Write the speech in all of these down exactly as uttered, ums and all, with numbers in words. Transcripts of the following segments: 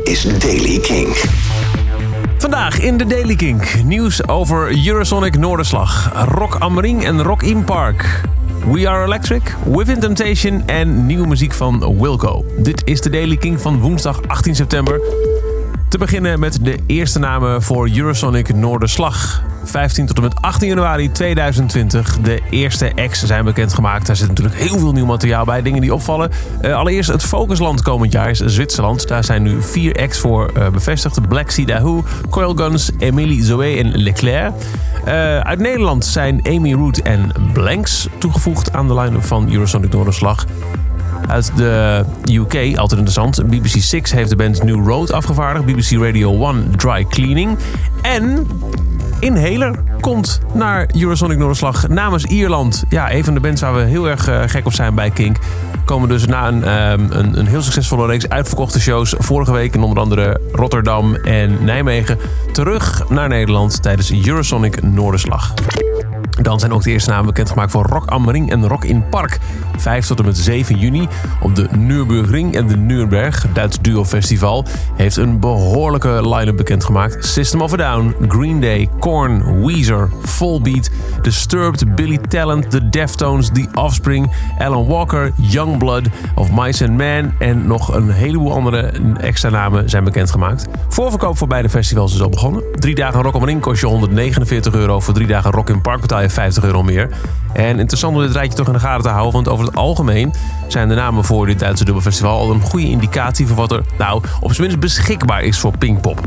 is Daily Kink. Vandaag in de Daily Kink. Nieuws over Eurosonic Noorderslag, Rock am Ring en Rock in Park. We Are Electric, Within Temptation en nieuwe muziek van Wilco. Dit is de Daily Kink van woensdag achttien september. Te beginnen met de eerste namen voor Eurosonic Noorderslag. vijftien tot en met achttien januari tweeduizend twintig. De eerste acts zijn bekendgemaakt. Daar zit natuurlijk heel veel nieuw materiaal bij. Dingen die opvallen. Uh, allereerst het focusland komend jaar is Zwitserland. Daar zijn nu vier acts voor uh, bevestigd. Black Sea Dahoo, Coil Guns, Emily Zoé en Leclerc. Uh, uit Nederland zijn Amy Root en Blanks toegevoegd aan de line-up van Eurosonic Noorderslag. Uit de U K, altijd interessant. B B C Six heeft de band New Road afgevaardigd. B B C Radio One Dry Cleaning. En Inhaler komt naar Eurosonic Noorderslag namens Ierland. Ja, een van de bands waar we heel erg uh, gek op zijn bij Kink. Komen dus na een, um, een, een heel succesvolle reeks uitverkochte shows vorige week in onder andere Rotterdam en Nijmegen terug naar Nederland tijdens Eurosonic Noorderslag. Dan zijn ook de eerste namen bekendgemaakt voor Rock am Ring en Rock in Park. vijf tot en met zeven juni op de Nürburgring en de Nürnberg. Duits duo festival heeft een behoorlijke line-up bekendgemaakt. System of a Down, Green Day, Korn, Weezer, Volbeat, Disturbed, Billy Talent, The Deftones, The Offspring, Alan Walker, Youngblood of Mice and Men en nog een heleboel andere extra namen zijn bekendgemaakt. Voorverkoop voor beide festivals is al begonnen. Drie dagen Rock am Ring kost je honderdnegenenveertig euro. Voor drie dagen Rock in Park betaal je vijftig euro meer. En interessant om dit rijtje toch in de gaten te houden, want over het algemeen zijn de namen voor dit Duitse dubbelfestival al een goede indicatie voor wat er nou op zijn minst beschikbaar is voor Pinkpop.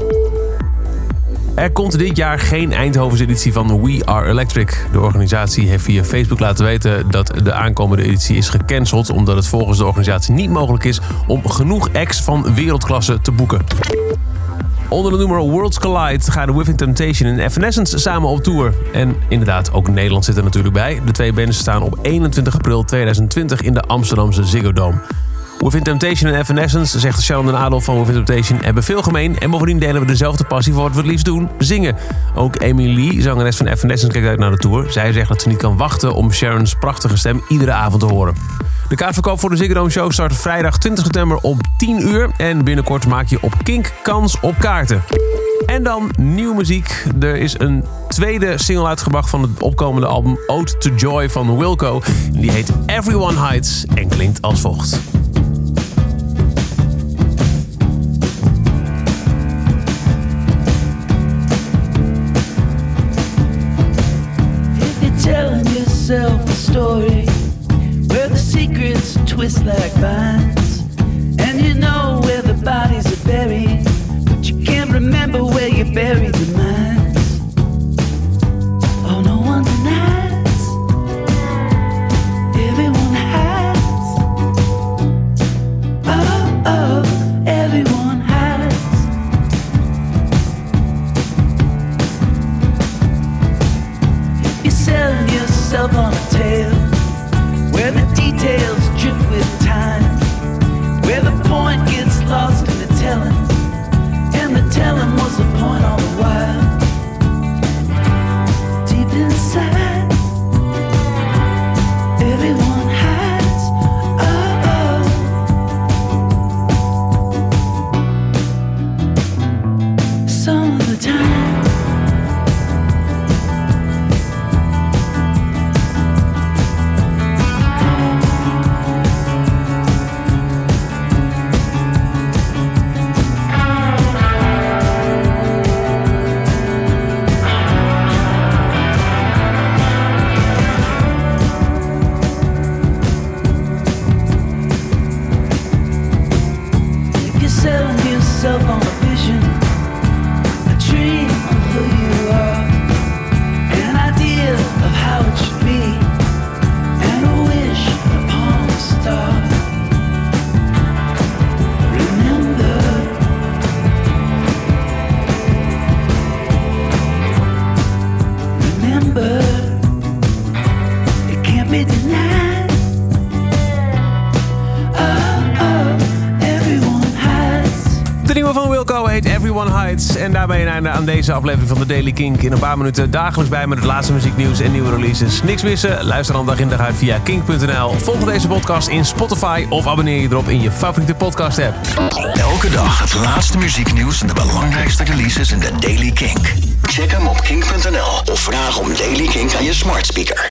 Er komt dit jaar geen Eindhovense editie van We Are Electric. De organisatie heeft via Facebook laten weten dat de aankomende editie is gecanceld, omdat het volgens de organisatie niet mogelijk is om genoeg acts van wereldklasse te boeken. Onder de noemer Worlds Collide gaan Within Temptation en Evanescence samen op tour. En inderdaad, ook Nederland zit er natuurlijk bij. De twee bands staan op eenentwintig april tweeduizend twintig in de Amsterdamse Ziggo Dome. Within Temptation en Evanescence, zegt Sharon en Adolf van Within Temptation, hebben veel gemeen. En bovendien delen we dezelfde passie voor wat we het liefst doen, zingen. Ook Amy Lee, zangeres van Evanescence, kijkt uit naar de tour. Zij zegt dat ze niet kan wachten om Sharon's prachtige stem iedere avond te horen. De kaartverkoop voor de Ziggo Dome Show start vrijdag twintig september om tien uur. En binnenkort maak je op Kink kans op kaarten. En dan nieuwe muziek. Er is een tweede single uitgebracht van het opkomende album Ode to Joy van Wilco. Die heet Everyone Hides en klinkt als volgt. If you're telling yourself a story where the secrets twist like vines, and you know where the bodies are buried, but you can't remember where you buried the minds. Oh, no one denies. Everyone hides. Oh, oh, everyone hides. You're selling yourself on a tale where the details drip with time, where the point gets lost in the telling, and the telling was the point all the while. Deep inside, everyone hides. Oh, oh. Some of the time. Selling yourself on a vision, a dream of who you are, an idea of how it should be, and a wish upon a star. Remember, remember, it can't be denied. Oh, oh, everyone. De nieuwe van Wilco. Wilco heet Everyone Hides. En daarbij een einde aan deze aflevering van de Daily Kink. In een paar minuten dagelijks bij met het laatste muzieknieuws en nieuwe releases. Niks missen? Luister dan dag in dag uit via kink punt n l. Volg deze podcast in Spotify of abonneer je erop in je favoriete podcast app. Elke dag het laatste muzieknieuws en de belangrijkste releases in de Daily Kink. Check hem op kink punt n l of vraag om Daily Kink aan je smart speaker.